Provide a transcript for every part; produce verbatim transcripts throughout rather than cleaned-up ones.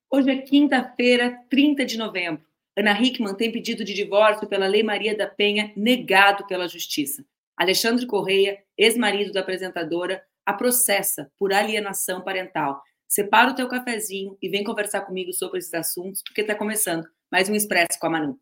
Hoje é quinta-feira, trinta de novembro. Ana Hickman tem pedido de divórcio pela Lei Maria da Penha negado pela Justiça. Alexandre Correia, ex-marido da apresentadora, a processa por alienação parental. Separa o teu cafezinho e vem conversar comigo sobre esses assuntos, porque está começando mais um Expresso com a Manu.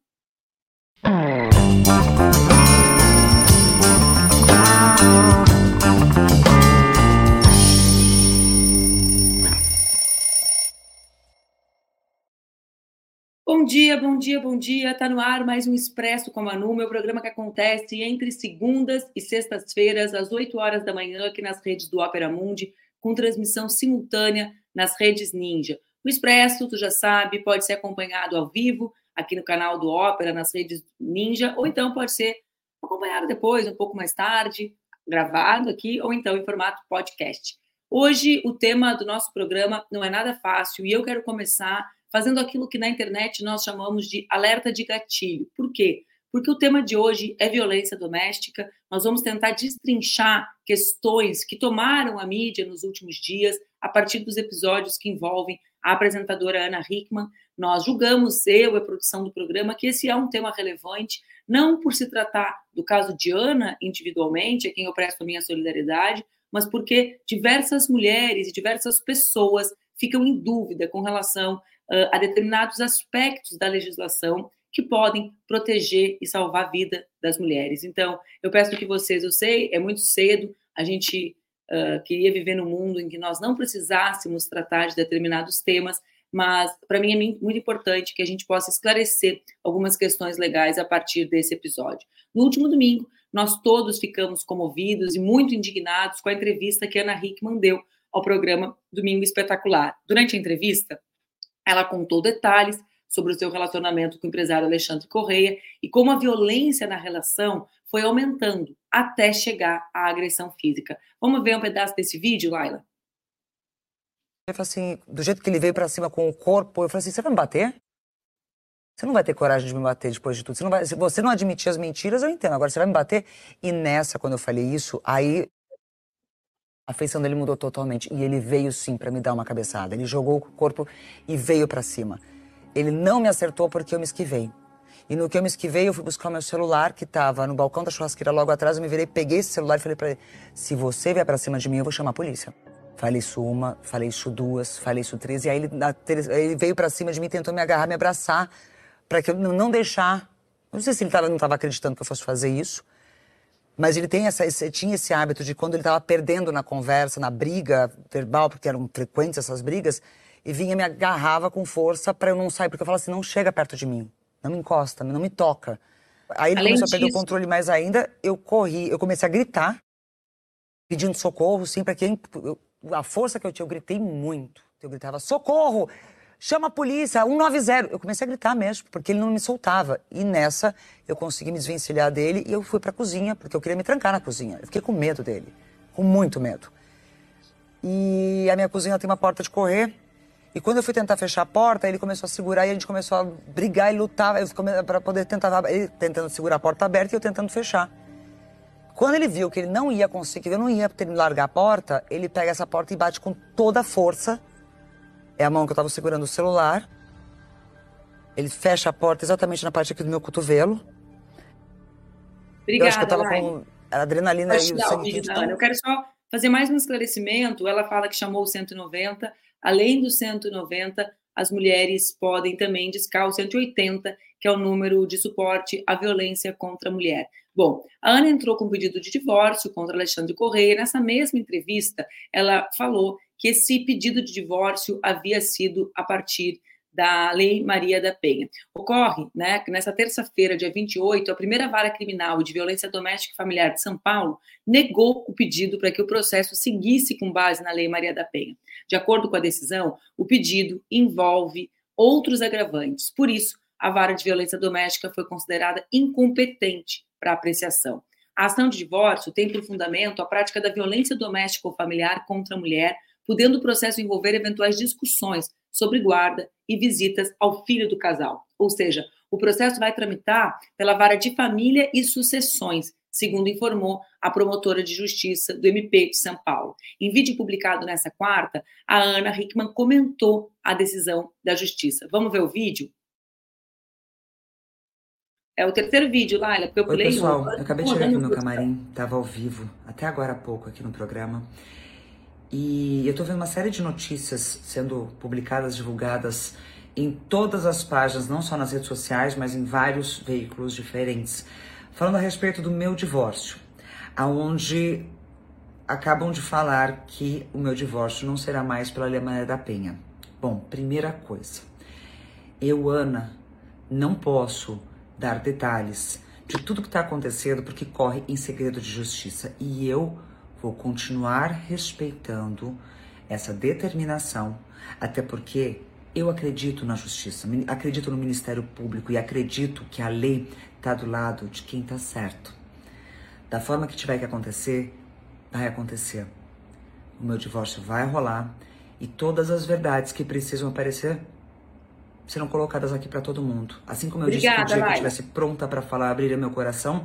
Bom dia, bom dia, bom dia. Tá no ar mais um Expresso com a Manu, meu programa que acontece entre segundas e sextas-feiras, às oito horas da manhã, aqui nas redes do Opera Mundi, com transmissão simultânea nas redes Ninja. O Expresso, tu já sabe, pode ser acompanhado ao vivo, aqui no canal do Opera, nas redes Ninja, ou então pode ser acompanhado depois, um pouco mais tarde, gravado aqui, ou então em formato podcast. Hoje, o tema do nosso programa não é nada fácil e eu quero começar fazendo aquilo que na internet nós chamamos de alerta de gatilho. Por quê? Porque o tema de hoje é violência doméstica. Nós vamos tentar destrinchar questões que tomaram a mídia nos últimos dias a partir dos episódios que envolvem a apresentadora Ana Hickman. Nós julgamos, eu e a produção do programa, que esse é um tema relevante, não por se tratar do caso de Ana individualmente, a quem eu presto a minha solidariedade, mas porque diversas mulheres e diversas pessoas ficam em dúvida com relação Uh, a determinados aspectos da legislação que podem proteger e salvar a vida das mulheres. Então, eu peço que vocês, eu sei, é muito cedo, a gente uh, queria viver num mundo em que nós não precisássemos tratar de determinados temas, mas para mim é muito importante que a gente possa esclarecer algumas questões legais a partir desse episódio. No último domingo, nós todos ficamos comovidos e muito indignados com a entrevista que a Ana Hickman deu ao programa Domingo Espetacular. Durante a entrevista, ela contou detalhes sobre o seu relacionamento com o empresário Alexandre Correia e como a violência na relação foi aumentando até chegar à agressão física. Vamos ver um pedaço desse vídeo, Laila? Eu falei assim, do jeito que ele veio pra cima com o corpo, eu falei assim, você vai me bater? Você não vai ter coragem de me bater depois de tudo. Você não vai, se você não admitir as mentiras, eu entendo. Agora, você vai me bater? E nessa, quando eu falei isso, aí a feição dele mudou totalmente. E ele veio sim pra me dar uma cabeçada. Ele jogou o corpo e veio pra cima. Ele não me acertou porque eu me esquivei. E no que eu me esquivei, eu fui buscar o meu celular, que tava no balcão da churrasqueira logo atrás. Eu me virei, peguei esse celular e falei pra ele, se você vier pra cima de mim, eu vou chamar a polícia. Falei isso uma, falei isso duas, falei isso três. E aí ele, ele veio pra cima de mim, tentou me agarrar, me abraçar, pra que eu não deixar. Não sei se ele tava, não tava acreditando que eu fosse fazer isso. Mas ele tem essa, esse, tinha esse hábito de quando ele estava perdendo na conversa, na briga verbal, porque eram frequentes essas brigas, e vinha e me agarrava com força para eu não sair, porque eu falava assim, não chega perto de mim, não me encosta, não me toca. Aí ele Além começou disso, a perder o controle mais ainda, eu corri, eu comecei a gritar, pedindo socorro, sim, para quem... Eu, a força que eu tinha, eu gritei muito. Eu gritava, socorro! Chama a polícia, um nove zero. Eu comecei a gritar mesmo, porque ele não me soltava. E nessa, eu consegui me desvencilhar dele e eu fui pra cozinha, porque eu queria me trancar na cozinha. Eu fiquei com medo dele, com muito medo. E a minha cozinha tem uma porta de correr. E quando eu fui tentar fechar a porta, ele começou a segurar e a gente começou a brigar e lutar para poder tentar... Ele tentando segurar a porta aberta e eu tentando fechar. Quando ele viu que ele não ia conseguir, eu não ia ter me largar a porta, ele pega essa porta e bate com toda a força. É a mão que eu tava segurando o celular. Ele fecha a porta exatamente na parte aqui do meu cotovelo. Obrigada, eu acho que eu tava Laila. com a adrenalina Pode e o tirar o sangue vídeo tudo da tão... Ana. Eu quero só fazer mais um esclarecimento. Ela fala que chamou o cento e noventa. Além do cento e noventa, as mulheres podem também discar o cento e oitenta, que é o número de suporte à violência contra a mulher. Bom, a Ana entrou com um pedido de divórcio contra Alexandre Correia. Nessa mesma entrevista, ela falou que esse pedido de divórcio havia sido a partir da Lei Maria da Penha. Ocorre, né, que nessa terça-feira, dia vinte e oito, a primeira vara criminal de violência doméstica e familiar de São Paulo negou o pedido para que o processo seguisse com base na Lei Maria da Penha. De acordo com a decisão, o pedido envolve outros agravantes. Por isso, a vara de violência doméstica foi considerada incompetente para apreciação. A ação de divórcio tem por fundamento a prática da violência doméstica ou familiar contra a mulher, podendo o processo envolver eventuais discussões sobre guarda e visitas ao filho do casal. Ou seja, o processo vai tramitar pela vara de família e sucessões, segundo informou a promotora de justiça do M P de São Paulo. Em vídeo publicado nessa quarta, a Ana Hickman comentou a decisão da justiça. Vamos ver o vídeo? É o terceiro vídeo, Laila, porque eu Oi, pulei pessoal, um. eu acabei de chegar aqui no meu camarim, tava ao vivo, até agora há pouco aqui no programa, e eu tô vendo uma série de notícias sendo publicadas, divulgadas em todas as páginas, não só nas redes sociais, mas em vários veículos diferentes, falando a respeito do meu divórcio, aonde acabam de falar que o meu divórcio não será mais pela Lei Maria da Penha. Bom, primeira coisa, eu, Ana, não posso dar detalhes de tudo que está acontecendo porque corre em segredo de justiça, e eu vou continuar respeitando essa determinação, até porque eu acredito na justiça, acredito no Ministério Público e acredito que a lei está do lado de quem está certo. Da forma que tiver que acontecer, vai acontecer. O meu divórcio vai rolar e todas as verdades que precisam aparecer serão colocadas aqui para todo mundo. Assim como eu Obrigada, disse que o dia Laila. que eu estivesse pronta para falar, abriria meu coração.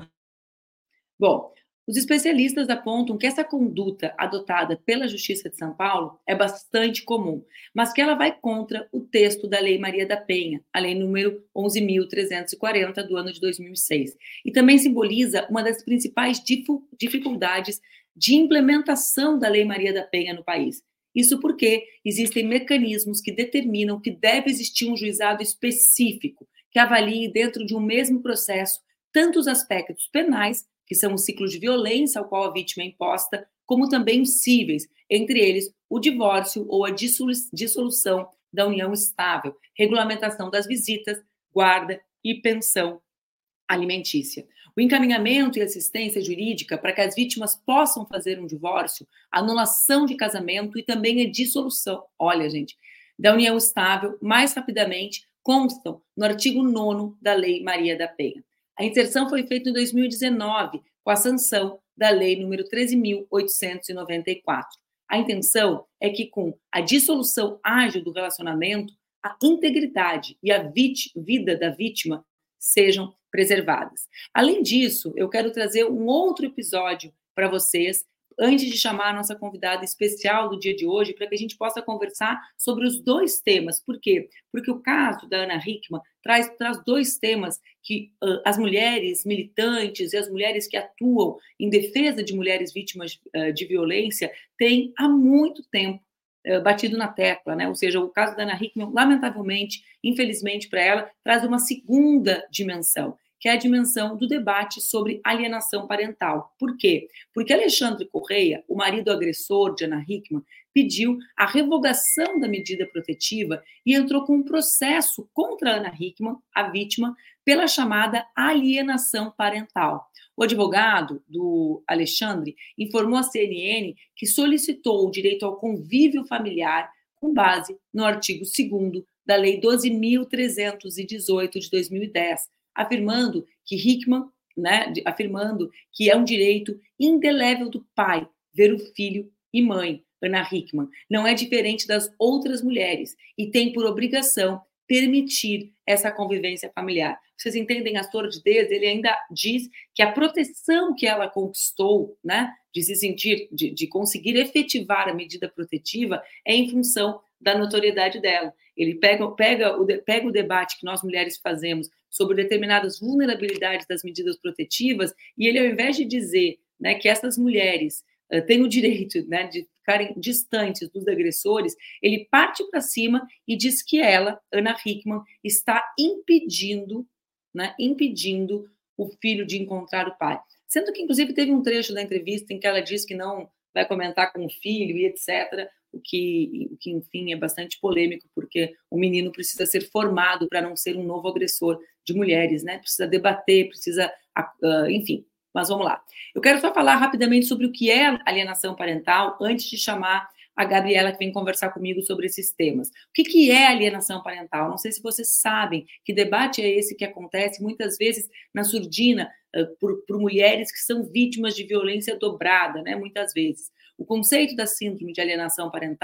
Bom, os especialistas apontam que essa conduta adotada pela Justiça de São Paulo é bastante comum, mas que ela vai contra o texto da Lei Maria da Penha, a lei número onze mil trezentos e quarenta do ano de dois mil e seis, e também simboliza uma das principais dificuldades de implementação da Lei Maria da Penha no país. Isso porque existem mecanismos que determinam que deve existir um juizado específico que avalie dentro de um mesmo processo tanto os aspectos penais, que são os ciclos de violência ao qual a vítima é imposta, como também os cíveis, entre eles o divórcio ou a dissolução da união estável, regulamentação das visitas, guarda e pensão alimentícia. O encaminhamento e assistência jurídica para que as vítimas possam fazer um divórcio, anulação de casamento e também a dissolução, olha, gente, da união estável mais rapidamente constam no artigo nono da Lei Maria da Penha. A inserção foi feita em dois mil e dezenove, com a sanção da Lei número treze mil oitocentos e noventa e quatro. A intenção é que, com a dissolução ágil do relacionamento, a integridade e a vida da vítima sejam preservadas. Além disso, eu quero trazer um outro episódio para vocês, antes de chamar a nossa convidada especial do dia de hoje, para que a gente possa conversar sobre os dois temas. Por quê? Porque o caso da Ana Hickman traz, traz dois temas que uh, as mulheres militantes e as mulheres que atuam em defesa de mulheres vítimas uh, de violência têm há muito tempo uh, batido na tecla, né? Ou seja, o caso da Ana Hickman, lamentavelmente, infelizmente para ela, traz uma segunda dimensão, que é a dimensão do debate sobre alienação parental. Por quê? Porque Alexandre Correia, o marido agressor de Ana Hickman, pediu a revogação da medida protetiva e entrou com um processo contra Ana Hickman, a vítima, pela chamada alienação parental. O advogado do Alexandre informou à C N N que solicitou o direito ao convívio familiar com base no artigo segundo da Lei doze mil trezentos e dezoito de dois mil e dez, afirmando que Hickman, né, afirmando que é um direito indelével do pai ver o filho e mãe. Ana Hickman não é diferente das outras mulheres e tem por obrigação permitir essa convivência familiar. Vocês entendem a sordidez? Ele ainda diz que a proteção que ela conquistou, né, de se sentir, de, de conseguir efetivar a medida protetiva, é em função da notoriedade dela. Ele pega, pega, o, pega o debate que nós mulheres fazemos sobre determinadas vulnerabilidades das medidas protetivas e ele, ao invés de dizer, né, que essas mulheres uh, têm o direito, né, de ficarem distantes dos agressores, ele parte para cima e diz que ela, Ana Hickman, está impedindo, né, impedindo o filho de encontrar o pai. Sendo que, inclusive, teve um trecho da entrevista em que ela diz que não vai comentar com o filho e etcétera, o que, o que, enfim, é bastante polêmico, porque o menino precisa ser formado para não ser um novo agressor de mulheres, né? Precisa debater, precisa, uh, enfim, mas vamos lá. Eu quero só falar rapidamente sobre o que é alienação parental, antes de chamar a Gabriela, que vem conversar comigo sobre esses temas. O que, que é alienação parental? Não sei se vocês sabem que debate é esse que acontece muitas vezes na surdina uh, por, por mulheres que são vítimas de violência dobrada, né? Muitas vezes. O conceito da síndrome de alienação parental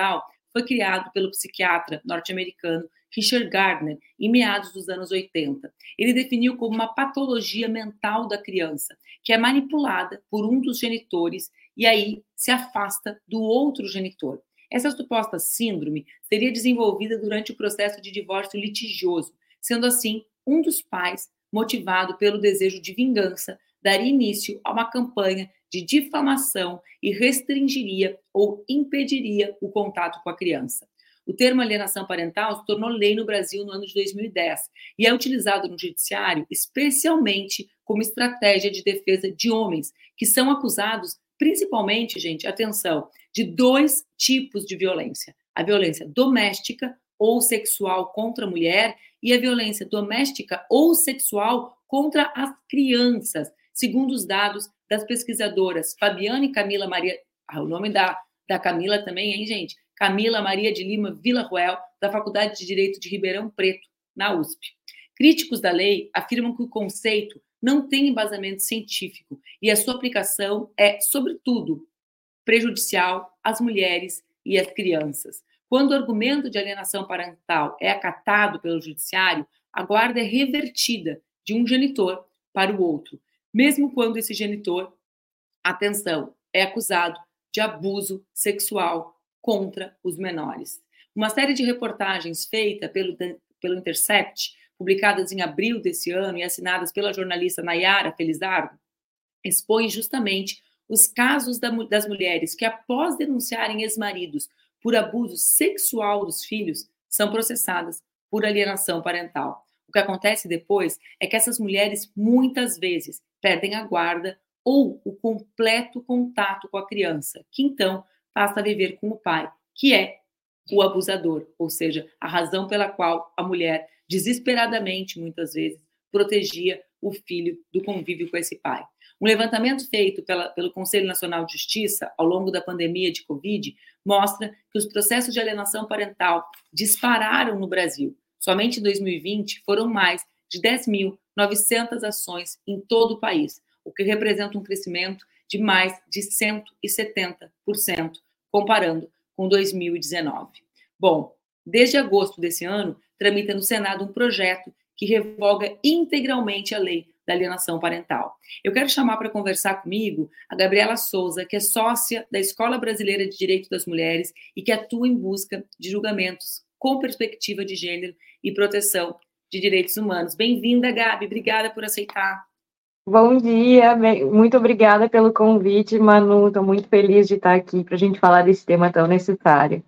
foi criado pelo psiquiatra norte-americano Richard Gardner em meados dos anos oitenta. Ele definiu como uma patologia mental da criança, que é manipulada por um dos genitores e aí se afasta do outro genitor. Essa suposta síndrome seria desenvolvida durante o processo de divórcio litigioso, sendo assim, um dos pais, motivado pelo desejo de vingança, daria início a uma campanha de difamação e restringiria ou impediria o contato com a criança. O termo alienação parental se tornou lei no Brasil no ano de dois mil e dez e é utilizado no judiciário especialmente como estratégia de defesa de homens que são acusados, principalmente, gente, atenção, de dois tipos de violência. A violência doméstica ou sexual contra a mulher e a violência doméstica ou sexual contra as crianças, segundo os dados das pesquisadoras Fabiana e Camila Maria... Ah, o nome da, da Camila também, hein, gente? Camila Maria de Lima Villarroel, da Faculdade de Direito de Ribeirão Preto, na U S P. Críticos da lei afirmam que o conceito não tem embasamento científico e a sua aplicação é, sobretudo, prejudicial às mulheres e às crianças. Quando o argumento de alienação parental é acatado pelo judiciário, a guarda é revertida de um genitor para o outro, mesmo quando esse genitor, atenção, é acusado de abuso sexual contra os menores. Uma série de reportagens feita pelo, pelo Intercept, publicadas em abril desse ano e assinadas pela jornalista Nayara Felizardo, expõe justamente os casos da, das mulheres que, após denunciarem ex-maridos por abuso sexual dos filhos, são processadas por alienação parental. O que acontece depois é que essas mulheres, muitas vezes, perdem a guarda ou o completo contato com a criança, que então passa a viver com o pai, que é o abusador, ou seja, a razão pela qual a mulher, desesperadamente, muitas vezes, protegia o filho do convívio com esse pai. Um levantamento feito pela, pelo Conselho Nacional de Justiça ao longo da pandemia de Covid mostra que os processos de alienação parental dispararam no Brasil. Somente em dois mil e vinte foram mais de dez mil e novecentas ações em todo o país, o que representa um crescimento de mais de cento e setenta por cento, comparando com dois mil e dezenove. Bom, desde agosto desse ano, tramita no Senado um projeto que revoga integralmente a lei da alienação parental. Eu quero chamar para conversar comigo a Gabriela Souza, que é sócia da Escola Brasileira de Direito das Mulheres e que atua em busca de julgamentos com perspectiva de gênero e proteção de direitos humanos. Bem-vinda, Gabi, obrigada por aceitar. Bom dia, muito obrigada pelo convite, Manu, estou muito feliz de estar aqui para a gente falar desse tema tão necessário.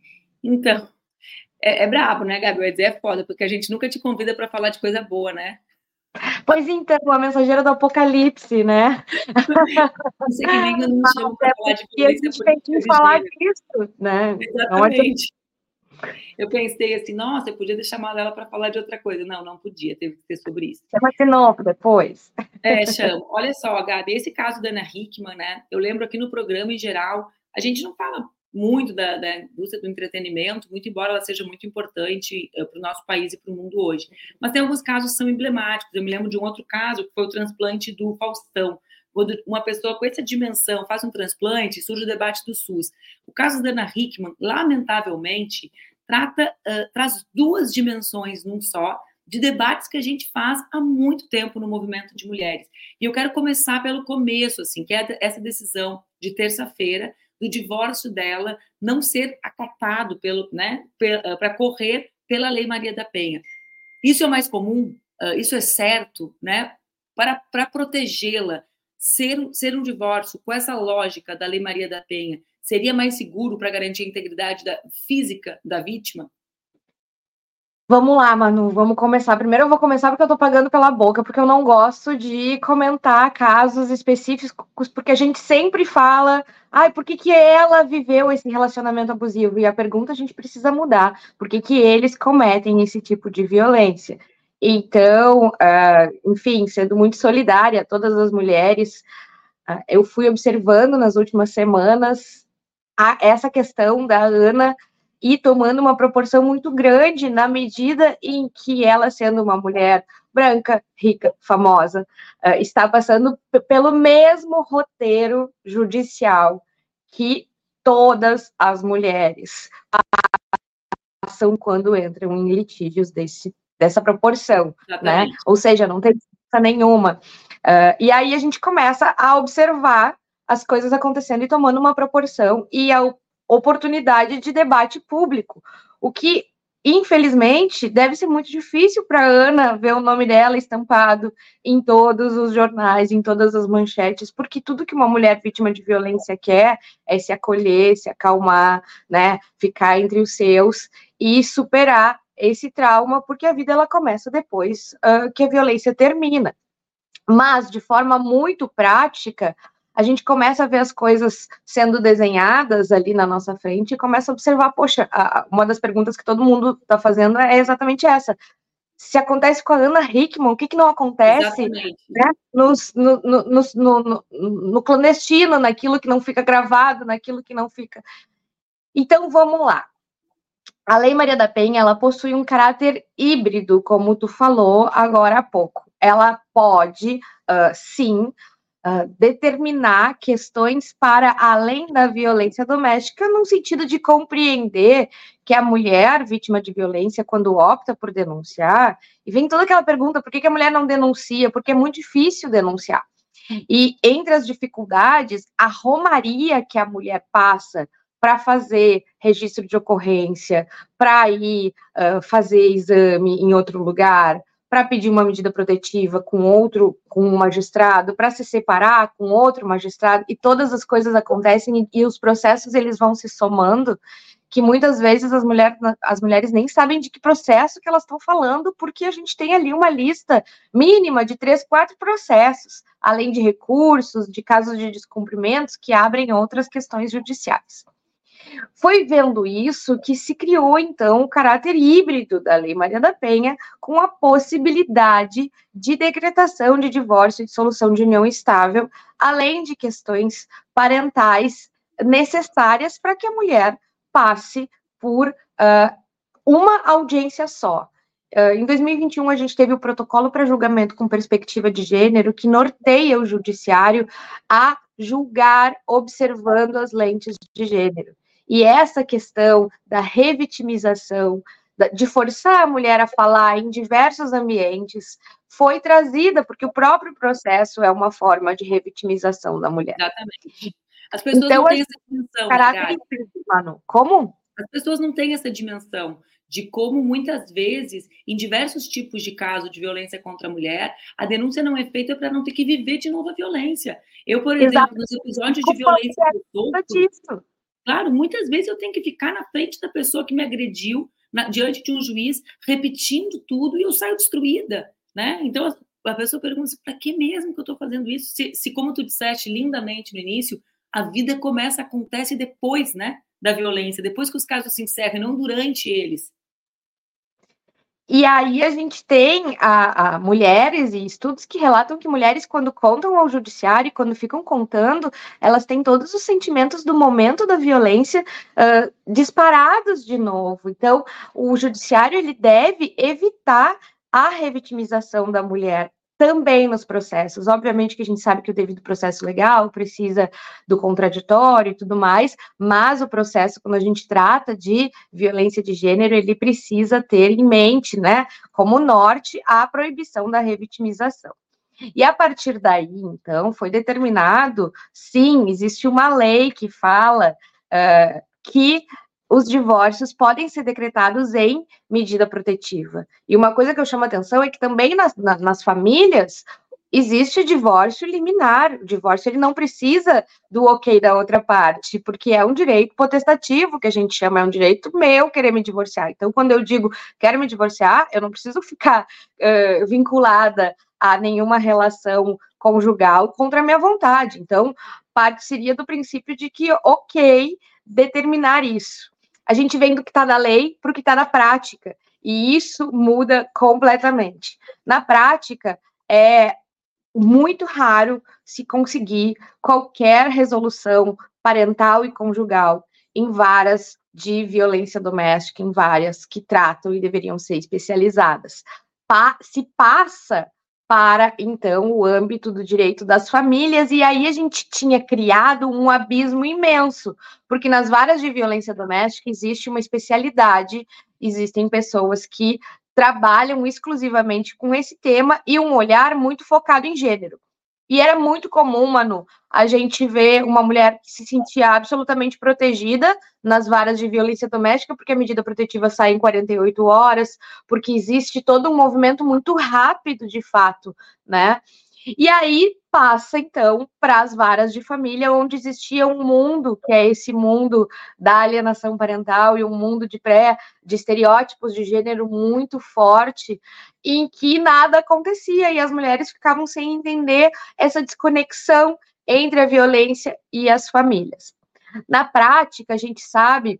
Então, é, é brabo, né, Gabi? Eu ia dizer, é foda, porque a gente nunca te convida para falar de coisa boa, né? Pois então, a mensageira do apocalipse, né? Não sei que nem eu não chamo para falar de violência. A gente tem que falar disso, né? Exatamente. Eu pensei assim, nossa, eu podia deixar a ela para falar de outra coisa. Não, não podia, teve que ser sobre isso. Chama de novo depois. É, chamo. Olha só, Gabi, esse caso da Ana Hickman, né? Eu lembro aqui no programa, em geral, a gente não fala muito da, da indústria do entretenimento, muito embora ela seja muito importante uh, para o nosso país e para o mundo hoje. Mas tem alguns casos que são emblemáticos. Eu me lembro de um outro caso, que foi o transplante do Faustão. Quando uma pessoa com essa dimensão faz um transplante, surge o debate do SUS. O caso da Ana Hickman, lamentavelmente, trata, uh, traz duas dimensões num só, de debates que a gente faz há muito tempo no movimento de mulheres. E eu quero começar pelo começo, assim, que é essa decisão de terça-feira, do divórcio dela não ser acatado pelo, né, para correr pela Lei Maria da Penha. Isso é mais comum, uh, isso é certo, né, para, para protegê-la. Ser, ser um divórcio com essa lógica da Lei Maria da Penha seria mais seguro para garantir a integridade da, física da vítima? Vamos lá, Manu, vamos começar. Primeiro eu vou começar porque eu tô pagando pela boca, porque eu não gosto de comentar casos específicos, porque a gente sempre fala, ai, por que que ela viveu esse relacionamento abusivo? E a pergunta a gente precisa mudar, por que que eles cometem esse tipo de violência? Então, uh, enfim, sendo muito solidária a todas as mulheres, uh, eu fui observando nas últimas semanas a, essa questão da Ana e tomando uma proporção muito grande na medida em que ela, sendo uma mulher branca, rica, famosa, uh, está passando p- pelo mesmo roteiro judicial que todas as mulheres passam quando entram em litígios desse, dessa proporção, né? Ou seja, não tem diferença nenhuma. Uh, e aí a gente começa a observar as coisas acontecendo e tomando uma proporção e a oportunidade de debate público, o que, infelizmente, deve ser muito difícil para a Ana ver o nome dela estampado em todos os jornais, em todas as manchetes, porque tudo que uma mulher vítima de violência quer é se acolher, se acalmar, né, ficar entre os seus e superar esse trauma, porque a vida ela começa depois uh, que a violência termina. Mas, de forma muito prática, a gente começa a ver as coisas sendo desenhadas ali na nossa frente e começa a observar, poxa, a, uma das perguntas que todo mundo está fazendo é exatamente essa. Se acontece com a Ana Hickman, o que, que não acontece, né, nos, no, no, no, no, no clandestino, naquilo que não fica gravado, naquilo que não fica... Então, vamos lá. A Lei Maria da Penha, ela possui um caráter híbrido, como tu falou agora há pouco. Ela pode, uh, sim, Uh, determinar questões para além da violência doméstica, no sentido de compreender que a mulher vítima de violência, quando opta por denunciar, e vem toda aquela pergunta, por que, que a mulher não denuncia? Porque é muito difícil denunciar. E entre as dificuldades, a romaria que a mulher passa para fazer registro de ocorrência, para ir uh, fazer exame em outro lugar, para pedir uma medida protetiva com outro, com um magistrado, para se separar com outro magistrado, e todas as coisas acontecem, e, e os processos eles vão se somando, que muitas vezes as, mulher, as mulheres nem sabem de que processo que elas estão falando, porque a gente tem ali uma lista mínima de três, quatro processos, além de recursos, de casos de descumprimentos, que abrem outras questões judiciais. Foi vendo isso que se criou, então, o caráter híbrido da Lei Maria da Penha, com a possibilidade de decretação de divórcio e de solução de união estável, além de questões parentais necessárias para que a mulher passe por uh, uma audiência só. Uh, em dois mil e vinte e um, a gente teve o protocolo para julgamento com perspectiva de gênero, que norteia o judiciário a julgar observando as lentes de gênero. E essa questão da revitimização, de forçar a mulher a falar em diversos ambientes, foi trazida, porque o próprio processo é uma forma de revitimização da mulher. Exatamente. As pessoas então, não têm essa dimensão, caráter, Manu, como? As pessoas não têm essa dimensão de como, muitas vezes, em diversos tipos de casos de violência contra a mulher, a denúncia não é feita para não ter que viver de novo a violência. Eu, por exemplo, Exato. nos episódios de violência que eu sofro, claro, muitas vezes eu tenho que ficar na frente da pessoa que me agrediu, na, diante de um juiz, repetindo tudo, e eu saio destruída, né? Então, a, a pessoa pergunta, para que mesmo que eu estou fazendo isso? Se, se, como tu disseste lindamente no início, a vida começa, acontece depois, né, da violência, depois que os casos se encerram, não durante eles. E aí a gente tem a, a mulheres e estudos que relatam que mulheres, quando contam ao judiciário, quando ficam contando, elas têm todos os sentimentos do momento da violência uh, disparados de novo. Então, o judiciário ele deve evitar a revitimização da mulher também nos processos. Obviamente que a gente sabe que o devido processo legal precisa do contraditório e tudo mais, mas o processo, quando a gente trata de violência de gênero, ele precisa ter em mente, né, como norte, a proibição da revitimização. E a partir daí, então, foi determinado, sim, existe uma lei que fala uh, que os divórcios podem ser decretados em medida protetiva. E uma coisa que eu chamo a atenção é que também nas, na, nas famílias existe divórcio liminar. O divórcio ele não precisa do ok da outra parte, porque é um direito potestativo, que a gente chama, é um direito meu querer me divorciar. Então, quando eu digo quero me divorciar, eu não preciso ficar uh, vinculada a nenhuma relação conjugal contra a minha vontade. Então, parte seria do princípio de que, ok, determinar isso. A gente vem do que está na lei para o que está na prática, e isso muda completamente. Na prática, é muito raro se conseguir qualquer resolução parental e conjugal em varas de violência doméstica, em várias que tratam e deveriam ser especializadas. Pa- se passa para, então, o âmbito do direito das famílias, e aí a gente tinha criado um abismo imenso, porque nas varas de violência doméstica existe uma especialidade, existem pessoas que trabalham exclusivamente com esse tema e um olhar muito focado em gênero. E era muito comum, Manu, a gente ver uma mulher que se sentia absolutamente protegida nas varas de violência doméstica, porque a medida protetiva sai em quarenta e oito horas, porque existe todo um movimento muito rápido, de fato, né? E aí passa, então, para as varas de família, onde existia um mundo, que é esse mundo da alienação parental e um mundo de pré, de estereótipos de gênero muito forte, em que nada acontecia, e as mulheres ficavam sem entender essa desconexão entre a violência e as famílias. Na prática, a gente sabe,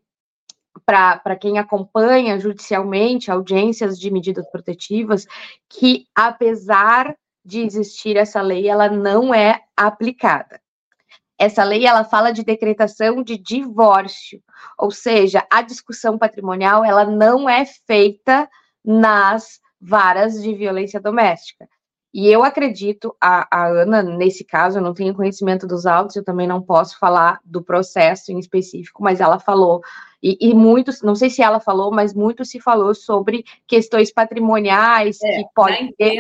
para quem acompanha judicialmente audiências de medidas protetivas, que apesar de existir essa lei, ela não é aplicada. Essa lei, ela fala de decretação de divórcio, ou seja, a discussão patrimonial, ela não é feita nas varas de violência doméstica. E eu acredito, a, a Ana, nesse caso, eu não tenho conhecimento dos autos, eu também não posso falar do processo em específico, mas ela falou, e, e muito, não sei se ela falou, mas muito se falou sobre questões patrimoniais é, que podem ter...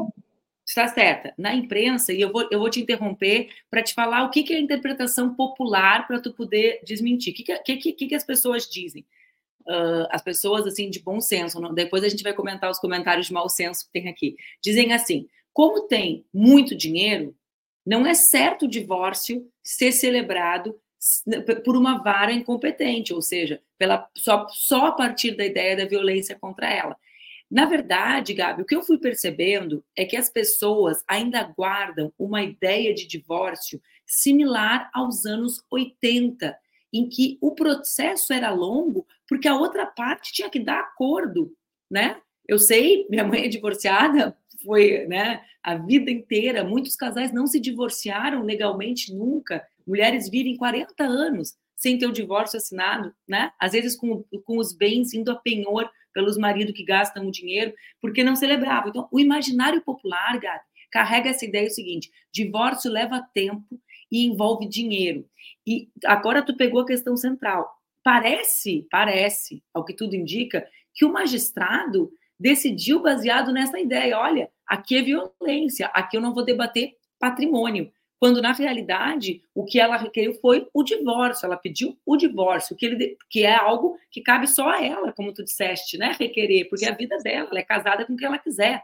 Está certa. Na imprensa, e eu vou, eu vou te interromper para te falar o que, que é a interpretação popular para tu poder desmentir. O que, que, que, que as pessoas dizem? Uh, as pessoas, assim, de bom senso, não? Depois a gente vai comentar os comentários de mau senso que tem aqui. Dizem assim, como tem muito dinheiro, não é certo o divórcio ser celebrado por uma vara incompetente, ou seja, pela, só, só a partir da ideia da violência contra ela. Na verdade, Gabi, o que eu fui percebendo é que as pessoas ainda guardam uma ideia de divórcio similar aos anos oitenta, em que o processo era longo porque a outra parte tinha que dar acordo, né? Eu sei, minha mãe é divorciada, foi, né, a vida inteira, muitos casais não se divorciaram legalmente nunca, mulheres vivem quarenta anos sem ter o divórcio assinado, né? Às vezes com, com os bens indo a penhor pelos maridos que gastam o dinheiro, porque não celebravam. Então, o imaginário popular, Gabi, carrega essa ideia o seguinte, divórcio leva tempo e envolve dinheiro. E agora tu pegou a questão central. Parece, parece, ao que tudo indica, que o magistrado decidiu baseado nessa ideia. Olha, aqui é violência, aqui eu não vou debater patrimônio. Quando, na realidade, o que ela requeriu foi o divórcio, ela pediu o divórcio, que, ele, que é algo que cabe só a ela, como tu disseste, né, requerer, porque é a vida dela, ela é casada com quem ela quiser.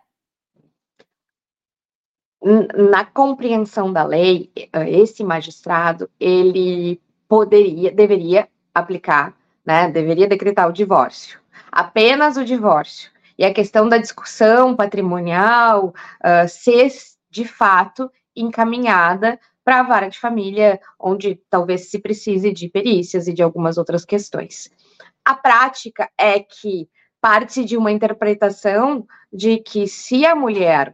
Na compreensão da lei, esse magistrado, ele poderia, deveria aplicar, né, deveria decretar o divórcio, apenas o divórcio. E a questão da discussão patrimonial uh, ser, de fato, encaminhada para a vara de família, onde talvez se precise de perícias e de algumas outras questões. A prática é que parte de uma interpretação de que se a mulher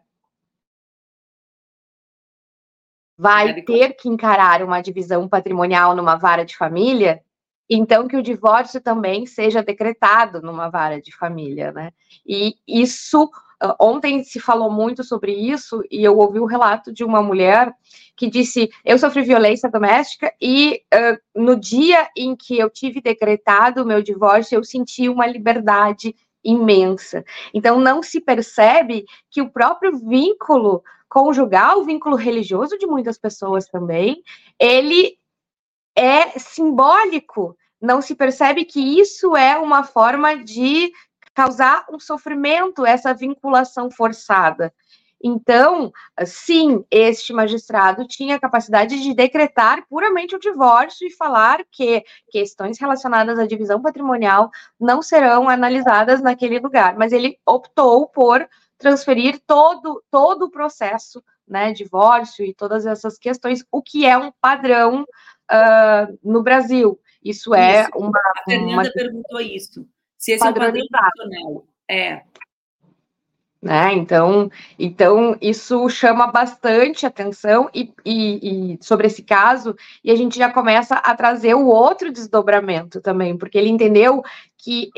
vai ter que encarar uma divisão patrimonial numa vara de família, então que o divórcio também seja decretado numa vara de família, né? E isso... Ontem se falou muito sobre isso e eu ouvi o relato de uma mulher que disse, eu sofri violência doméstica e uh, no dia em que eu tive decretado o meu divórcio, eu senti uma liberdade imensa. Então não se percebe que o próprio vínculo conjugal, o vínculo religioso de muitas pessoas também, ele é simbólico. Não se percebe que isso é uma forma de causar um sofrimento, essa vinculação forçada. Então, sim, este magistrado tinha a capacidade de decretar puramente o divórcio e falar que questões relacionadas à divisão patrimonial não serão analisadas naquele lugar, mas ele optou por transferir todo, todo o processo, né, divórcio e todas essas questões, o que é um padrão uh, no Brasil. Isso, isso é uma... A Fernanda uma... perguntou isso. Se esse é o padrão nacional, é. Né? Então, então, isso chama bastante atenção e, e, e sobre esse caso, e a gente já começa a trazer o outro desdobramento também, porque ele entendeu que,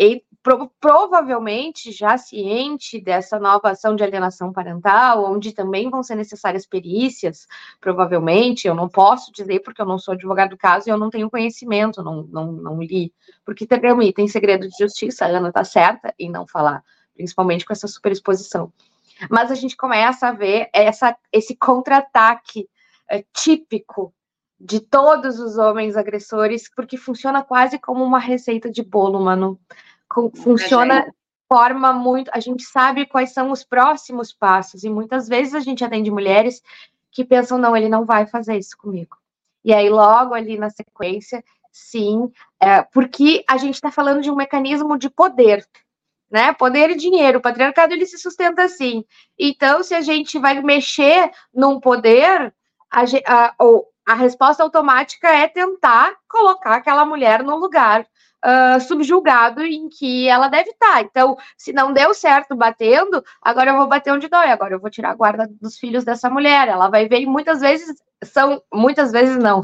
pro, provavelmente já ciente dessa nova ação de alienação parental, onde também vão ser necessárias perícias, provavelmente, eu não posso dizer porque eu não sou advogado do caso e eu não tenho conhecimento, não, não, não li, porque também tem segredo de justiça, a Ana está certa em não falar, principalmente com essa superexposição. Mas a gente começa a ver essa, esse contra-ataque é, típico de todos os homens agressores, porque funciona quase como uma receita de bolo, mano. Funciona de forma muito... A gente sabe quais são os próximos passos, e muitas vezes a gente atende mulheres que pensam, não, ele não vai fazer isso comigo. E aí, logo ali na sequência, sim, é, porque a gente está falando de um mecanismo de poder, né? Poder e dinheiro. O patriarcado, ele se sustenta assim. Então, se a gente vai mexer num poder, a, a, a resposta automática é tentar colocar aquela mulher no lugar uh, subjugado em que ela deve estar. Então, se não deu certo batendo, agora eu vou bater onde dói, agora eu vou tirar a guarda dos filhos dessa mulher. Ela vai ver, e muitas vezes são, muitas vezes não,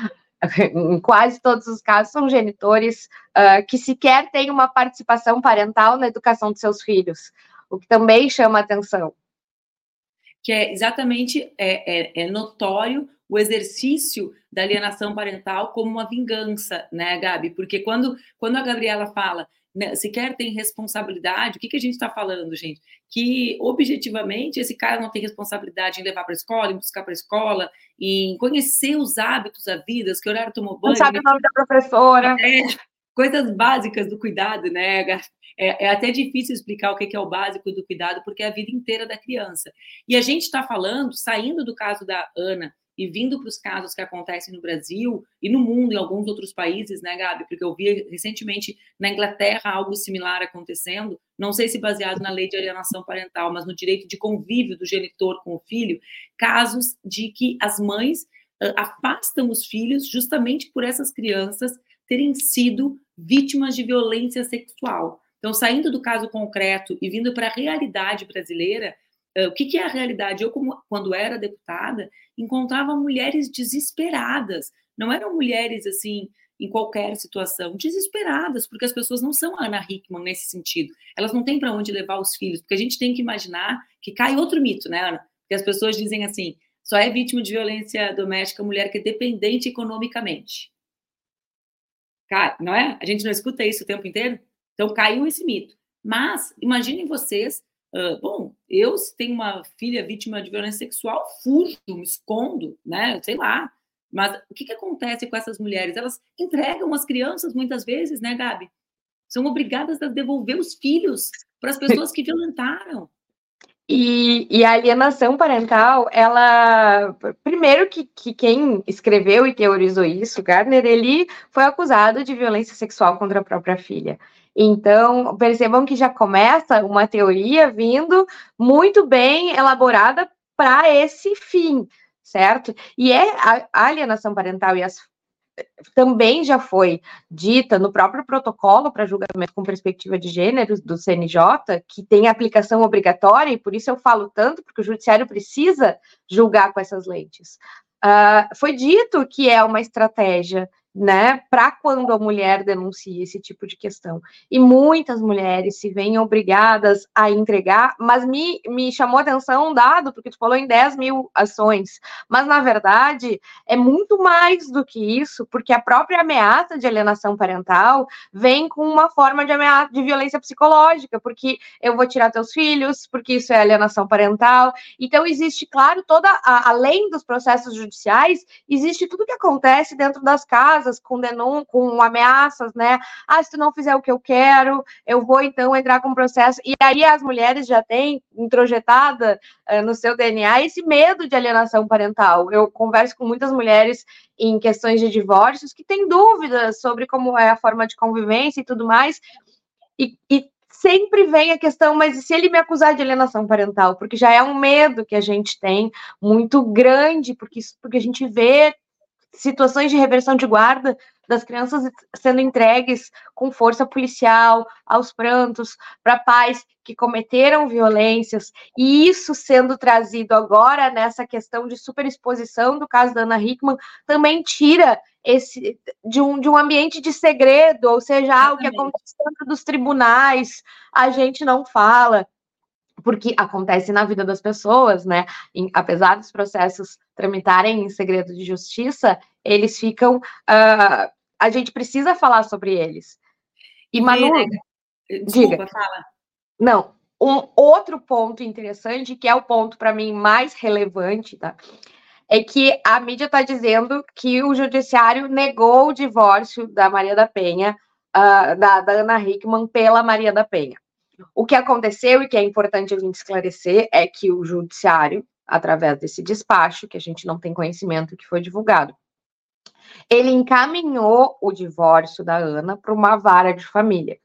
em quase todos os casos, são genitores uh, que sequer têm uma participação parental na educação de seus filhos, o que também chama atenção. Que é exatamente é, é, é notório o exercício da alienação parental como uma vingança, né, Gabi? Porque quando, quando a Gabriela fala, né, sequer tem responsabilidade, o que, que a gente está falando, gente? Que, objetivamente, esse cara não tem responsabilidade em levar para a escola, em buscar para a escola, em conhecer os hábitos da vida, que horário tomou banho... Não sabe o nome da professora. É, coisas básicas do cuidado, né, Gabi? É, é até difícil explicar o que é o básico do cuidado, porque é a vida inteira da criança. E a gente está falando, saindo do caso da Ana e vindo para os casos que acontecem no Brasil e no mundo, em alguns outros países, né, Gabi? Porque eu vi recentemente na Inglaterra algo similar acontecendo, não sei se baseado na lei de alienação parental, mas no direito de convívio do genitor com o filho, casos de que as mães uh, afastam os filhos justamente por essas crianças terem sido vítimas de violência sexual. Então, saindo do caso concreto e vindo para a realidade brasileira, uh, o que, que é a realidade? Eu, como, quando era deputada, encontrava mulheres desesperadas. Não eram mulheres, assim, em qualquer situação, desesperadas, porque as pessoas não são a Ana Hickman nesse sentido. Elas não têm para onde levar os filhos, porque a gente tem que imaginar que cai outro mito, né, Ana? Porque as pessoas dizem assim, só é vítima de violência doméstica mulher que é dependente economicamente. Cara, não é? A gente não escuta isso o tempo inteiro? Então, caiu esse mito. Mas, imaginem vocês, uh, bom, eu se tenho uma filha vítima de violência sexual, fujo, me escondo, né? Sei lá. Mas o que, que acontece com essas mulheres? Elas entregam as crianças, muitas vezes, né, Gabi? São obrigadas a devolver os filhos para as pessoas que violentaram. E, e a alienação parental, ela... Primeiro que, que quem escreveu e teorizou isso, Gardner, ele foi acusado de violência sexual contra a própria filha. Então, percebam que já começa uma teoria vindo muito bem elaborada para esse fim, certo? E é a, a alienação parental e as também já foi dita no próprio protocolo para julgamento com perspectiva de gênero do C N J, que tem aplicação obrigatória, e por isso eu falo tanto, porque o judiciário precisa julgar com essas lentes. Uh, foi dito que é uma estratégia, né, para quando a mulher denuncia esse tipo de questão. E muitas mulheres se veem obrigadas a entregar, mas me, me chamou a atenção um dado, porque tu falou em dez mil ações, mas na verdade é muito mais do que isso, porque a própria ameaça de alienação parental vem com uma forma de ameaça de violência psicológica, porque eu vou tirar teus filhos, porque isso é alienação parental. Então existe, claro, toda a, além dos processos judiciais, existe tudo que acontece dentro das casas, com denúncias, com ameaças, né? Ah, se tu não fizer o que eu quero, eu vou então entrar com processo. E aí as mulheres já têm introjetada uh, no seu D N A esse medo de alienação parental. Eu converso com muitas mulheres em questões de divórcios que têm dúvidas sobre como é a forma de convivência e tudo mais, e, e sempre vem a questão, mas e se ele me acusar de alienação parental? Porque já é um medo que a gente tem muito grande, porque, porque a gente vê situações de reversão de guarda das crianças sendo entregues com força policial, aos prantos, para pais que cometeram violências, e isso sendo trazido agora nessa questão de superexposição do caso da Ana Hickman, também tira esse de um, de um ambiente de segredo, ou seja, ah, o que acontece dentro dos tribunais, a gente não fala, porque acontece na vida das pessoas, né? Em, apesar dos processos tramitarem em segredo de justiça, eles ficam... Uh, a gente precisa falar sobre eles. E, Manu... Desculpa, diga. fala. Não, um outro ponto interessante, que é o ponto, para mim, mais relevante, tá? É que a mídia está dizendo que o judiciário negou o divórcio da Maria da Penha, uh, da, da Ana Hickman pela Maria da Penha. O que aconteceu, e que é importante a gente esclarecer, é que o judiciário, através desse despacho, que a gente não tem conhecimento que foi divulgado, ele encaminhou o divórcio da Ana para uma vara de família.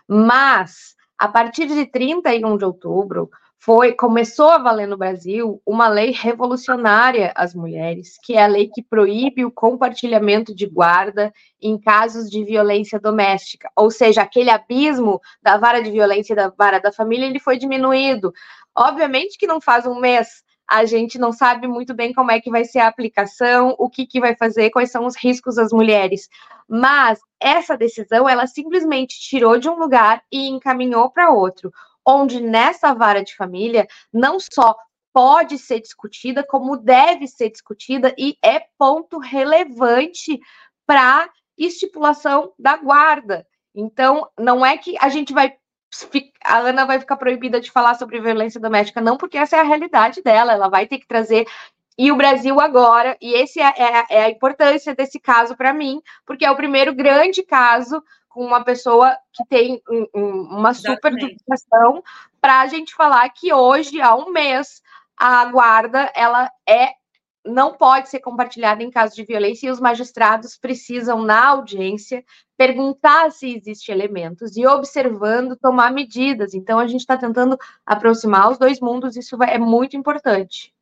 Mas, a partir de trinta e um de outubro, foi, começou a valer no Brasil uma lei revolucionária às mulheres, que é a lei que proíbe o compartilhamento de guarda em casos de violência doméstica. Ou seja, aquele abismo da vara de violência e da vara da família, ele foi diminuído. Obviamente que não faz um mês, a gente não sabe muito bem como é que vai ser a aplicação, o que, que vai fazer, quais são os riscos às mulheres. Mas essa decisão, ela simplesmente tirou de um lugar e encaminhou para outro, onde nessa vara de família não só pode ser discutida, como deve ser discutida, e é ponto relevante para estipulação da guarda. Então, não é que a gente vai... a Ana vai ficar proibida de falar sobre violência doméstica, não, porque essa é a realidade dela, ela vai ter que trazer... E o Brasil agora, e esse é, é, é a importância desse caso para mim, porque é o primeiro grande caso com uma pessoa que tem um, um, uma super divulgação, para a gente falar que hoje, há um mês, a guarda, ela é, não pode ser compartilhada em caso de violência, e os magistrados precisam, na audiência, perguntar se existem elementos e, observando, tomar medidas. Então, a gente está tentando aproximar os dois mundos, isso é muito importante.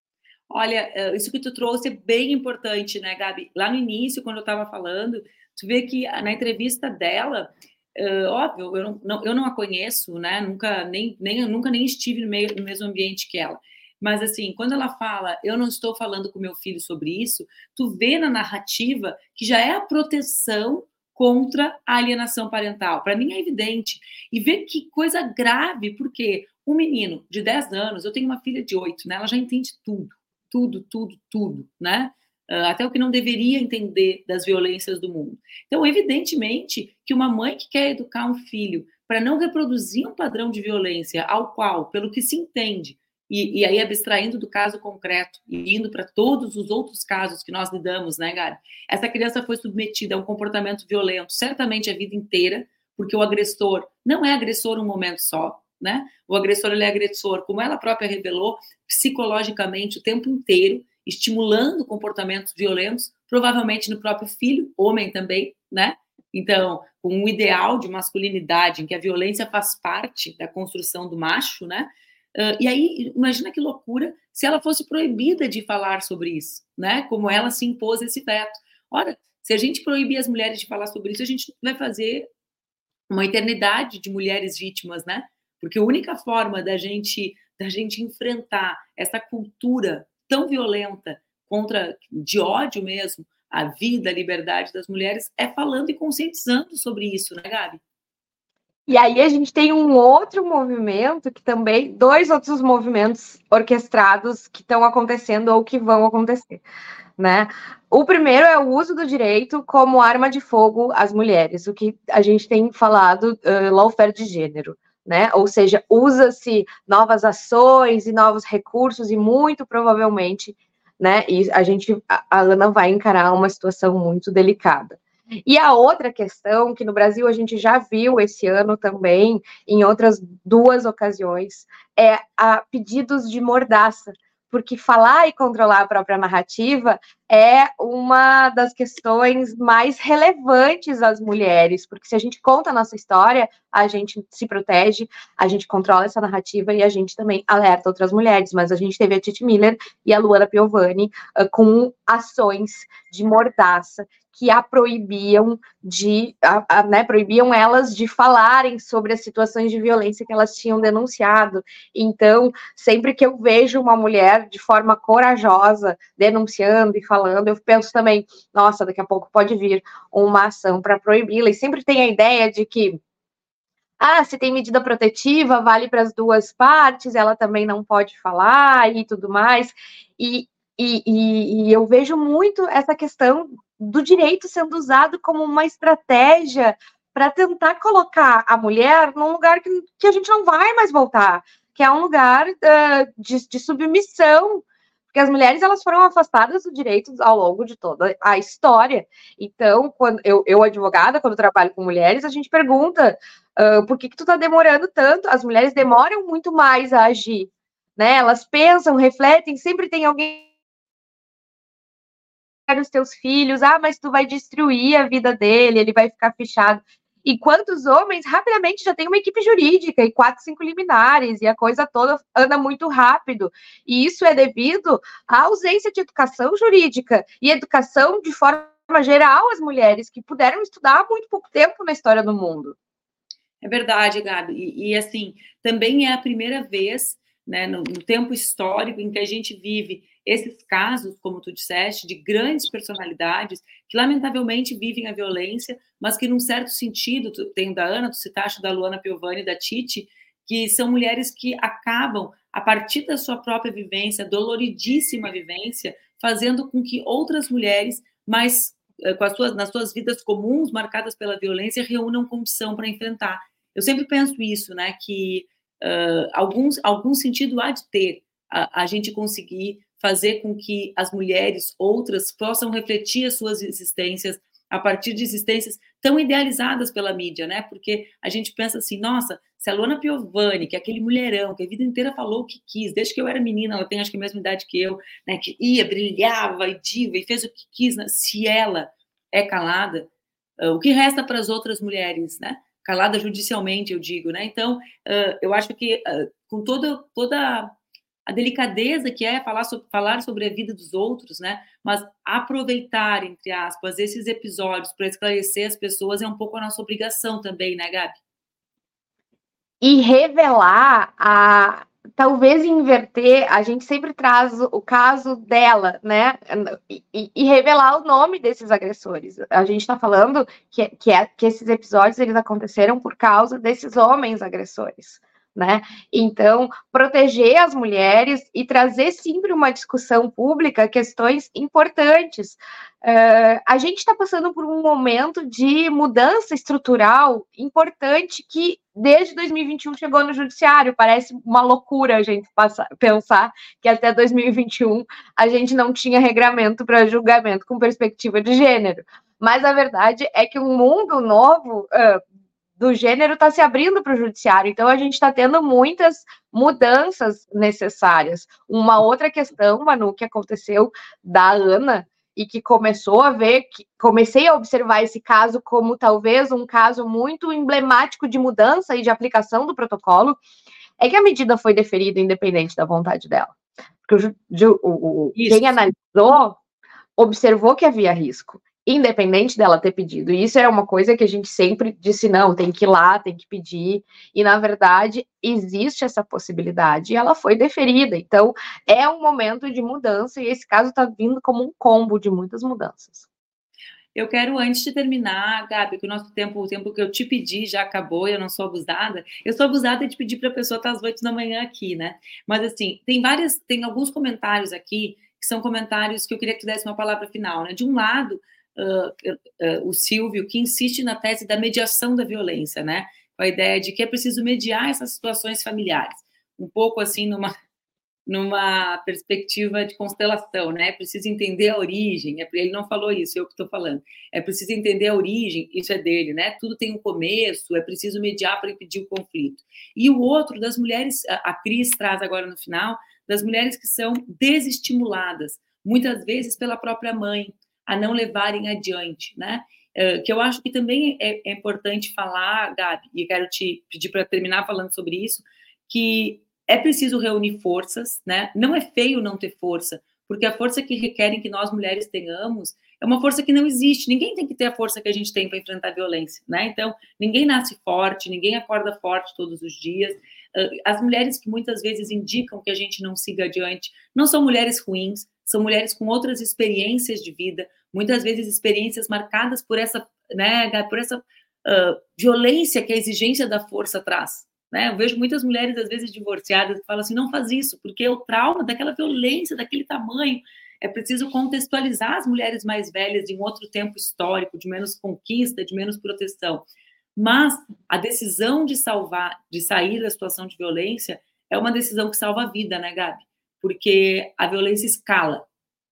Olha, isso que tu trouxe é bem importante, né, Gabi? Lá no início, quando eu estava falando, tu vê que na entrevista dela, uh, óbvio, eu não, não, eu não a conheço, né? Nunca nem, nem, nunca nem estive no, meio, no mesmo ambiente que ela. Mas, assim, quando ela fala, eu não estou falando com meu filho sobre isso, tu vê na narrativa que já é a proteção contra a alienação parental. Para mim é evidente. E vê que coisa grave, porque um menino de dez anos, eu tenho uma filha de oito, né? Ela já entende tudo. Tudo, tudo, tudo, né? Até o que não deveria entender das violências do mundo. Então, evidentemente, que uma mãe que quer educar um filho para não reproduzir um padrão de violência ao qual, pelo que se entende, e, e aí abstraindo do caso concreto e indo para todos os outros casos que nós lidamos, né, Gabi? Essa criança foi submetida a um comportamento violento, certamente a vida inteira, porque o agressor não é agressor um momento só, né? O agressor, ele é agressor, como ela própria revelou, psicologicamente o tempo inteiro, estimulando comportamentos violentos, provavelmente no próprio filho, homem também, né? Então, com um ideal de masculinidade, em que a violência faz parte da construção do macho, né? Uh, e aí, imagina que loucura se ela fosse proibida de falar sobre isso, né? Como ela se impôs esse veto. Ora, se a gente proibir as mulheres de falar sobre isso, a gente vai fazer uma eternidade de mulheres vítimas, né? Porque a única forma da gente, da gente enfrentar essa cultura tão violenta contra, de ódio mesmo, a vida, a liberdade das mulheres, é falando e conscientizando sobre isso, né, Gabi? E aí a gente tem um outro movimento que também, dois outros movimentos orquestrados que estão acontecendo ou que vão acontecer, né? O primeiro é o uso do direito como arma de fogo às mulheres, o que a gente tem falado, uh, lawfare de gênero. Né? Ou seja, usa-se novas ações e novos recursos e muito provavelmente, né, e a gente, a Ana vai encarar uma situação muito delicada. E a outra questão, que no Brasil a gente já viu esse ano também, em outras duas ocasiões, é a pedidos de mordaça, porque falar e controlar a própria narrativa é uma das questões mais relevantes às mulheres, porque se a gente conta a nossa história, a gente se protege, a gente controla essa narrativa e a gente também alerta outras mulheres, mas a gente teve a Titi Miller e a Luana Piovani uh, com ações de mordaça, que a proibiam de, a, a, né, proibiam elas de falarem sobre as situações de violência que elas tinham denunciado. Então, sempre que eu vejo uma mulher de forma corajosa denunciando e falando, eu penso também, nossa, daqui a pouco pode vir uma ação para proibi-la. E sempre tem a ideia de que, ah, se tem medida protetiva, vale para as duas partes, ela também não pode falar e tudo mais. E, e, e, e eu vejo muito essa questão do direito sendo usado como uma estratégia para tentar colocar a mulher num lugar que, que a gente não vai mais voltar, que é um lugar uh, de, de submissão, porque as mulheres elas foram afastadas do direito ao longo de toda a história. Então, quando eu, eu advogada, quando trabalho com mulheres, a gente pergunta uh, por que, que tu tá demorando tanto? As mulheres demoram muito mais a agir, né? Elas pensam, refletem, sempre tem alguém os teus filhos, ah, mas tu vai destruir a vida dele, ele vai ficar fechado. Enquanto os homens rapidamente já têm uma equipe jurídica e quatro, cinco liminares, e a coisa toda anda muito rápido. E isso é devido à ausência de educação jurídica e educação de forma geral às mulheres, que puderam estudar há muito pouco tempo na história do mundo. É verdade, Gabi. E, e assim, também é a primeira vez, né, no, no tempo histórico em que a gente vive esses casos, como tu disseste, de grandes personalidades que, lamentavelmente, vivem a violência, mas que, num certo sentido, tu, tem o da Ana, tu citaste da Luana Piovani e da Titi, que são mulheres que acabam, a partir da sua própria vivência, doloridíssima vivência, fazendo com que outras mulheres, mais, com as suas, nas suas vidas comuns, marcadas pela violência, reúnam condição para enfrentar. Eu sempre penso isso, né, que uh, algum, algum sentido há de ter a, a gente conseguir fazer com que as mulheres, outras, possam refletir as suas existências a partir de existências tão idealizadas pela mídia, né? Porque a gente pensa assim, nossa, se a Luana Piovani, que é aquele mulherão, que a vida inteira falou o que quis, desde que eu era menina, ela tem acho que a mesma idade que eu, né? Que ia, brilhava e diva e fez o que quis, né? Se ela é calada, uh, o que resta para as outras mulheres, né? Calada judicialmente, eu digo, né? Então, uh, eu acho que uh, com toda, toda a delicadeza que é falar sobre, falar sobre a vida dos outros, né? Mas aproveitar, entre aspas, esses episódios para esclarecer as pessoas é um pouco a nossa obrigação também, né, Gabi? E revelar a... Talvez inverter, a gente sempre traz o caso dela, né? E, e revelar o nome desses agressores. A gente está falando que, que, é, que esses episódios eles aconteceram por causa desses homens agressores, né? Então, proteger as mulheres e trazer sempre uma discussão pública, questões importantes. Uh, a gente está passando por um momento de mudança estrutural importante que desde dois mil e vinte e um chegou no judiciário. Parece uma loucura a gente passar, pensar que até dois mil e vinte e um a gente não tinha regramento para julgamento com perspectiva de gênero. Mas a verdade é que um mundo novo uh, do gênero está se abrindo para o judiciário. Então, a gente está tendo muitas mudanças necessárias. Uma outra questão, Manu, que aconteceu da Ana, e que começou a ver, que comecei a observar esse caso como talvez um caso muito emblemático de mudança e de aplicação do protocolo, é que a medida foi deferida independente da vontade dela. Porque o, o, o, quem analisou observou que havia risco, independente dela ter pedido. E isso é uma coisa que a gente sempre disse, não, tem que ir lá, tem que pedir. E, na verdade, existe essa possibilidade e ela foi deferida. Então, é um momento de mudança e esse caso está vindo como um combo de muitas mudanças. Eu quero, antes de terminar, Gabi, que o nosso tempo, o tempo que eu te pedi já acabou, eu não sou abusada. Eu sou abusada de pedir para a pessoa estar às oito da manhã aqui, né? Mas, assim, tem várias, tem alguns comentários aqui que são comentários que eu queria que tu desse uma palavra final, né? De um lado, uh, uh, uh, o Silvio, que insiste na tese da mediação da violência, né? Com a ideia de que é preciso mediar essas situações familiares. Um pouco, assim, numa... numa perspectiva de constelação, né? É preciso entender a origem. Ele não falou isso, eu que estou falando. É preciso entender a origem, isso é dele, né? Tudo tem um começo, é preciso mediar para impedir o conflito. E o outro, das mulheres, a Cris traz agora no final, das mulheres que são desestimuladas, muitas vezes pela própria mãe, a não levarem adiante, né? Que eu acho que também é, é importante falar, Gabi, e quero te pedir para terminar falando sobre isso, que é preciso reunir forças, né? Não é feio não ter força, porque a força que requerem que nós mulheres tenhamos é uma força que não existe. Ninguém tem que ter a força que a gente tem para enfrentar a violência, né? Então, ninguém nasce forte, ninguém acorda forte todos os dias. As mulheres que muitas vezes indicam que a gente não siga adiante não são mulheres ruins, são mulheres com outras experiências de vida, muitas vezes experiências marcadas por essa, né, por essa uh, violência que a exigência da força traz. Né? Eu vejo muitas mulheres, às vezes, divorciadas, que falam assim, não faz isso, porque o trauma daquela violência, daquele tamanho, é preciso contextualizar as mulheres mais velhas em um outro tempo histórico, de menos conquista, de menos proteção. Mas a decisão de salvar, de sair da situação de violência, é uma decisão que salva a vida, né, Gabi? Porque a violência escala.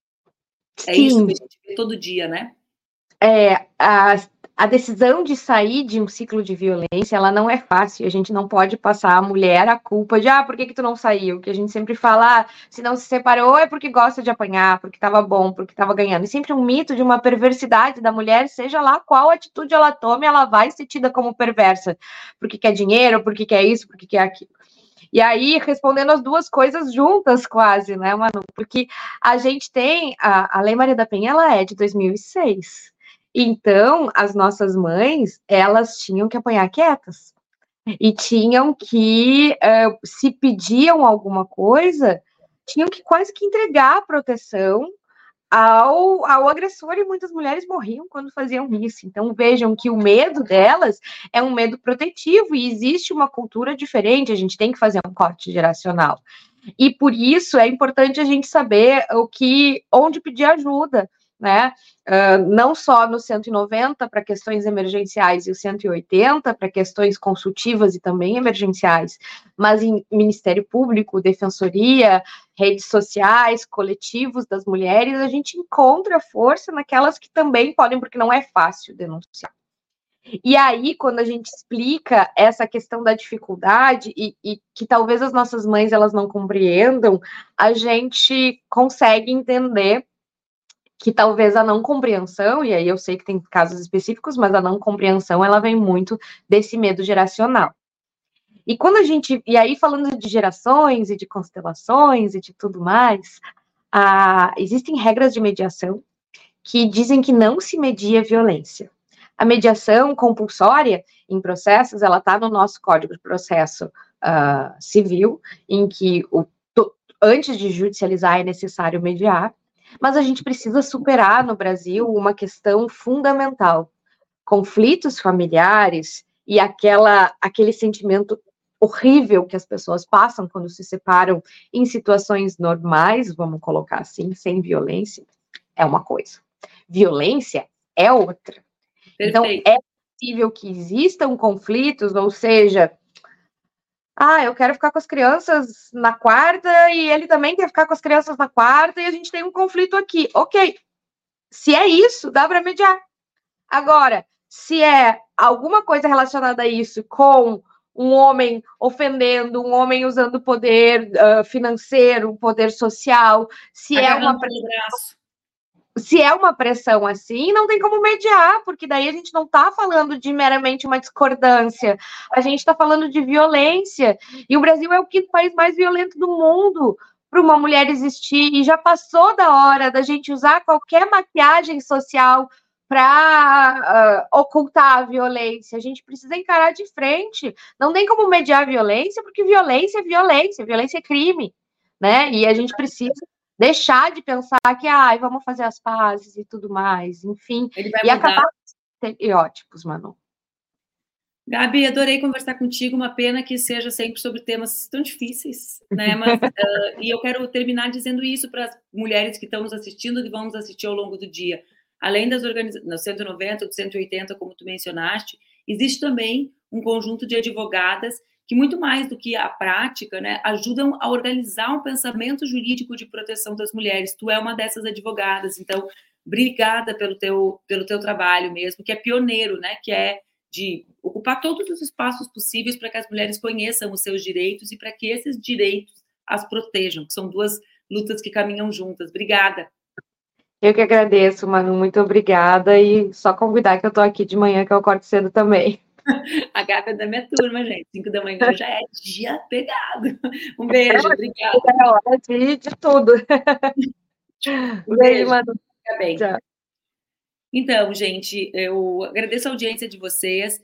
É Sim. isso que a gente vê todo dia, né? É, a, a decisão de sair de um ciclo de violência, ela não é fácil. A gente não pode passar a mulher a culpa de, ah, por que que tu não saiu? Que a gente sempre fala, ah, se não se separou é porque gosta de apanhar, porque estava bom, porque estava ganhando. E sempre um mito de uma perversidade da mulher, seja lá qual atitude ela tome, ela vai ser tida como perversa. Porque quer dinheiro, porque quer isso, porque quer aquilo. E aí, respondendo as duas coisas juntas quase, né, Manu? Porque a gente tem, a, a Lei Maria da Penha, ela é de dois mil e seis. Então, as nossas mães, elas tinham que apanhar quietas. E tinham que, uh, se pediam alguma coisa, tinham que quase que entregar a proteção ao, ao agressor, e muitas mulheres morriam quando faziam isso. Então, vejam que o medo delas é um medo protetivo, e existe uma cultura diferente, a gente tem que fazer um corte geracional. E por isso é importante a gente saber o que, onde pedir ajuda, né? Uh, não só no cento e noventa para questões emergenciais e o cento e oitenta para questões consultivas e também emergenciais, mas em Ministério Público, Defensoria, redes sociais, coletivos das mulheres, a gente encontra força naquelas que também podem, porque não é fácil denunciar. E aí, quando a gente explica essa questão da dificuldade e, e que talvez as nossas mães elas não compreendam, a gente consegue entender que talvez a não compreensão, e aí eu sei que tem casos específicos, mas a não compreensão, ela vem muito desse medo geracional. E quando a gente, e aí falando de gerações e de constelações e de tudo mais, ah, existem regras de mediação que dizem que não se media violência. A mediação compulsória em processos, ela está no nosso Código de Processo uh, Civil, em que o, to, antes de judicializar é necessário mediar, mas a gente precisa superar no Brasil uma questão fundamental. Conflitos familiares e aquela, aquele sentimento horrível que as pessoas passam quando se separam em situações normais, vamos colocar assim, sem violência, é uma coisa. Violência é outra. Então, é possível que existam conflitos, ou seja, ah, eu quero ficar com as crianças na quarta e ele também quer ficar com as crianças na quarta e a gente tem um conflito aqui. Ok, se é isso, dá para mediar. Agora, se é alguma coisa relacionada a isso com um homem ofendendo, um homem usando poder uh, financeiro, poder social, se é uma pressão, se é uma pressão assim, não tem como mediar, porque daí a gente não está falando de meramente uma discordância, a gente está falando de violência, e o Brasil é o quinto país mais violento do mundo para uma mulher existir, e já passou da hora da gente usar qualquer maquiagem social para uh, ocultar a violência. A gente precisa encarar de frente. Não tem como mediar a violência, porque violência é violência, violência é crime, né? E a gente precisa deixar de pensar que, ai, ah, vamos fazer as pazes e tudo mais, enfim. Ele vai e mudar. Acabar com estereótipos, Manu. Gabi, adorei conversar contigo, uma pena que seja sempre sobre temas tão difíceis, né? Mas, uh, e eu quero terminar dizendo isso para as mulheres que estão nos assistindo, que vão nos assistir ao longo do dia. Além das organizações, no cento e noventa, do cento e oitenta, como tu mencionaste, existe também um conjunto de advogadas que, muito mais do que a prática, né, ajudam a organizar um pensamento jurídico de proteção das mulheres. Tu é uma dessas advogadas, então, obrigada pelo teu, pelo teu trabalho mesmo, que é pioneiro, né, que é de ocupar todos os espaços possíveis para que as mulheres conheçam os seus direitos e para que esses direitos as protejam, que são duas lutas que caminham juntas. Obrigada. Eu que agradeço, Manu, muito obrigada, e só convidar que eu tô aqui de manhã, que eu acordo cedo também. A Gabi é da minha turma, gente, cinco da manhã já é dia pegado. Um beijo, obrigada. É hora de, de tudo. Um beijo, Manu. Fica bem. Tchau. Então, gente, eu agradeço a audiência de vocês.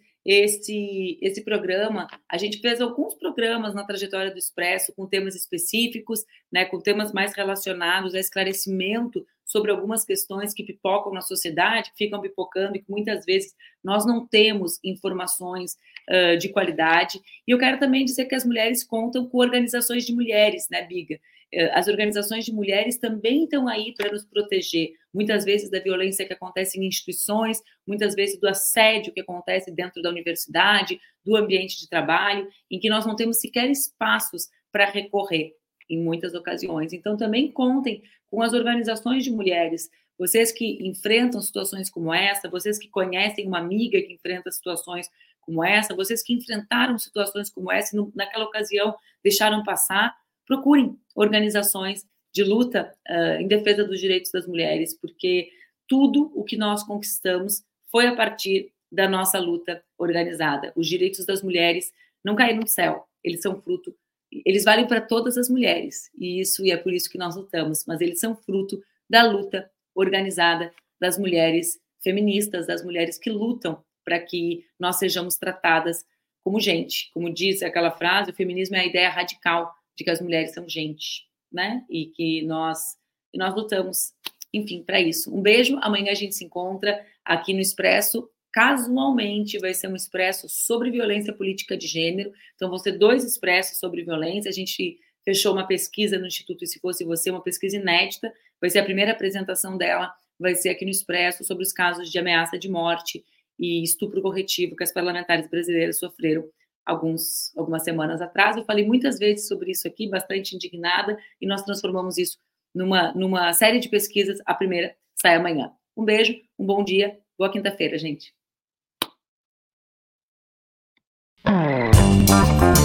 Esse, esse programa, a gente fez alguns programas na trajetória do Expresso com temas específicos, né, com temas mais relacionados a esclarecimento sobre algumas questões que pipocam na sociedade, que ficam pipocando e que muitas vezes nós não temos informações uh, de qualidade. E eu quero também dizer que as mulheres contam com organizações de mulheres, né, Biga? As organizações de mulheres também estão aí para nos proteger, muitas vezes da violência que acontece em instituições, muitas vezes do assédio que acontece dentro da universidade, do ambiente de trabalho, em que nós não temos sequer espaços para recorrer em muitas ocasiões. Então, também contem com as organizações de mulheres, vocês que enfrentam situações como essa, vocês que conhecem uma amiga que enfrenta situações como essa, vocês que enfrentaram situações como essa e naquela ocasião deixaram passar, procurem organizações de luta uh, em defesa dos direitos das mulheres, porque tudo o que nós conquistamos foi a partir da nossa luta organizada. Os direitos das mulheres não caíram do céu, eles são fruto, eles valem para todas as mulheres, e isso e é por isso que nós lutamos, mas eles são fruto da luta organizada das mulheres feministas, das mulheres que lutam para que nós sejamos tratadas como gente. Como diz aquela frase, o feminismo é a ideia radical de que as mulheres são gente, né? E que nós, e nós lutamos, enfim, para isso. Um beijo, amanhã a gente se encontra aqui no Expresso. Casualmente vai ser um Expresso sobre violência política de gênero, então vão ser dois Expressos sobre violência. A gente fechou uma pesquisa no Instituto E Se Fosse Você, uma pesquisa inédita, vai ser a primeira apresentação dela, vai ser aqui no Expresso, sobre os casos de ameaça de morte e estupro corretivo que as parlamentares brasileiras sofreram Alguns, algumas semanas atrás. Eu falei muitas vezes sobre isso aqui, bastante indignada, e nós transformamos isso numa, numa série de pesquisas. A primeira sai amanhã. Um beijo, um bom dia, boa quinta-feira, gente.